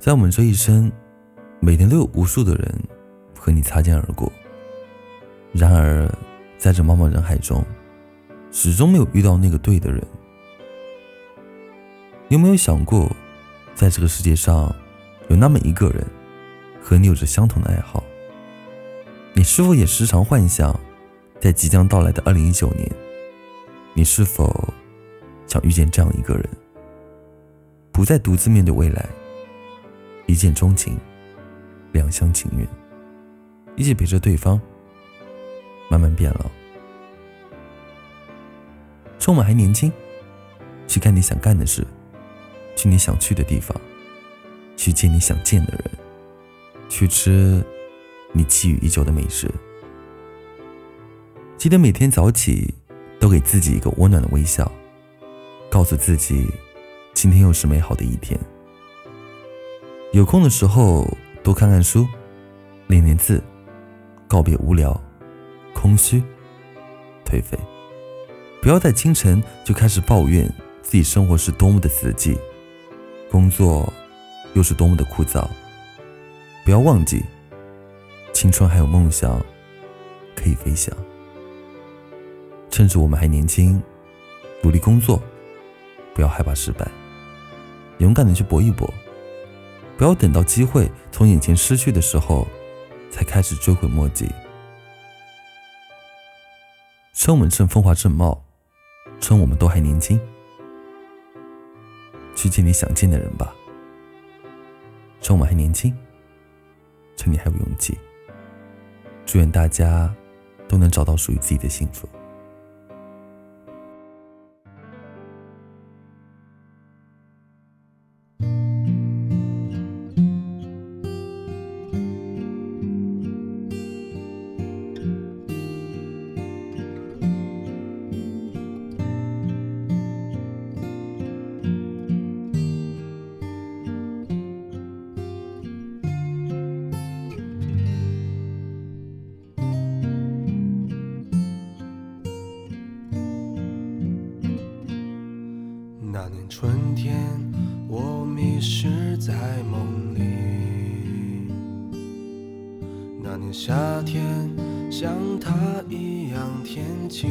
在我们这一生，每天都有无数的人和你擦肩而过，然而在这茫茫人海中，始终没有遇到那个对的人。你有没有想过，在这个世界上有那么一个人和你有着相同的爱好？你是否也时常幻想，在即将到来的2019年，你是否想遇见这样一个人，不再独自面对未来，一见钟情，两厢情愿，一起陪着对方慢慢变老。趁我们还年轻，去干你想干的事，去你想去的地方，去见你想见的人，去吃你觊觎已久的美食。记得每天早起都给自己一个温暖的微笑，告诉自己今天又是美好的一天。有空的时候多看看书，练练字，告别无聊、空虚、颓废。不要在清晨就开始抱怨自己生活是多么的死寂，工作又是多么的枯燥。不要忘记，青春还有梦想可以飞翔。趁着我们还年轻，努力工作，不要害怕失败，勇敢的去搏一搏。不要等到机会从眼前失去的时候才开始追悔莫及。趁我们正风华正茂，趁我们都还年轻，去见你想见的人吧。趁我们还年轻，趁你还有勇气。祝愿大家都能找到属于自己的幸福。 那年春天，我迷失在梦里。那年夏天，像他一样天晴。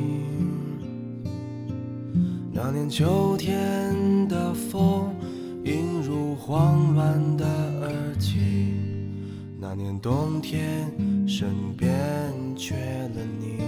那年秋天的风，映入慌乱的耳际。那年冬天，身边缺了你。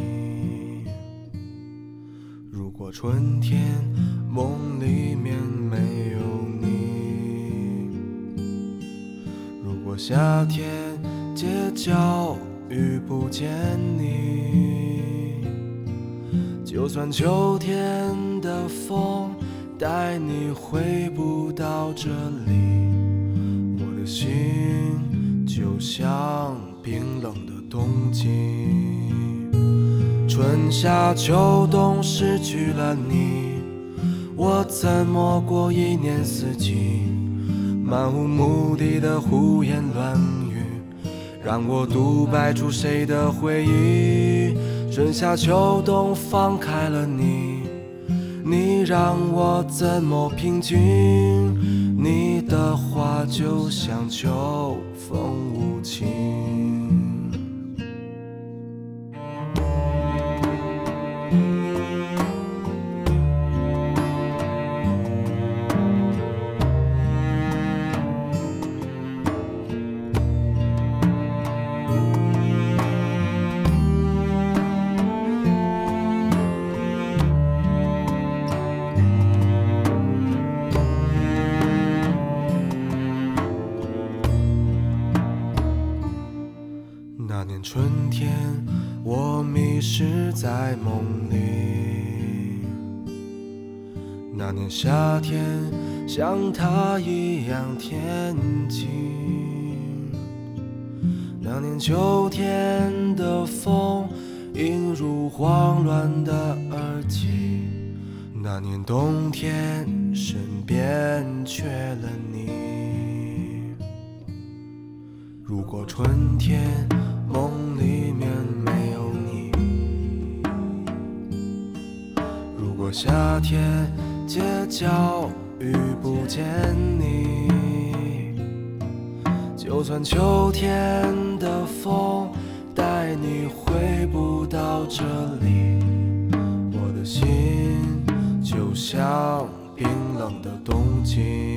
如果春天梦里面没有你，如果夏天街角遇不见你，就算秋天的风带你回不到这里，我的心就像冰冷的冬季。春夏秋冬失去了你，我怎么过一年四季？漫无目的的胡言乱语，让我独白出谁的回忆？春夏秋冬放开了你，你让我怎么平静？你的话就像秋风无情。那年春天，我迷失在梦里。那年夏天，像他一样天晴。那年秋天的风，映入慌乱的耳际。那年冬天，身边缺了你。如果春天梦里面没有你，如果夏天街角遇不见你， 就算秋天的风带你回不到这里，我的心就像冰冷的冬季。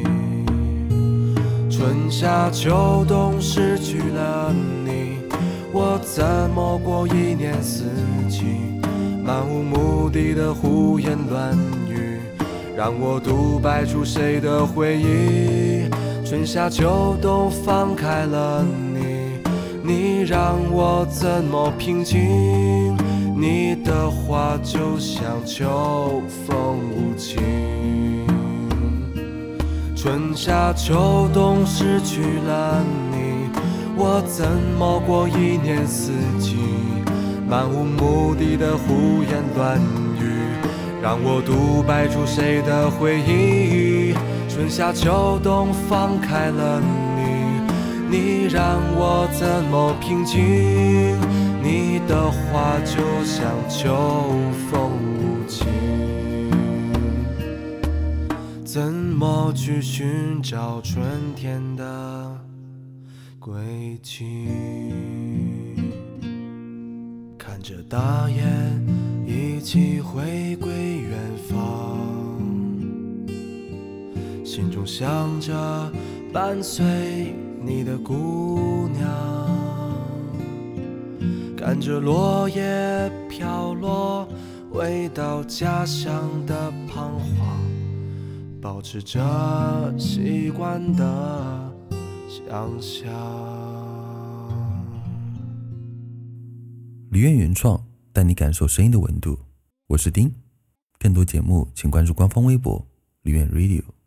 春夏秋冬失去了你，我怎么过一年四季？漫无目的的胡言乱语，让我独白出谁的回忆？春夏秋冬放开了你，你让我怎么平静？你的话就像秋风无情。春夏秋冬失去了你，我怎么过一年四季？漫无目的的胡言乱语，让我独白出谁的回忆？春夏秋冬放开了你，你让我怎么平静？你的话就像秋风无情，怎么去寻找春天的轨迹？看着大雁一起回归远方，心中想着伴随你的姑娘，看着落叶飘落，回到家乡的彷徨，保持着习惯的想象。 李苑原创，带你感受声音的温度。我是丁，更多节目请关注官方微博李苑 Radio。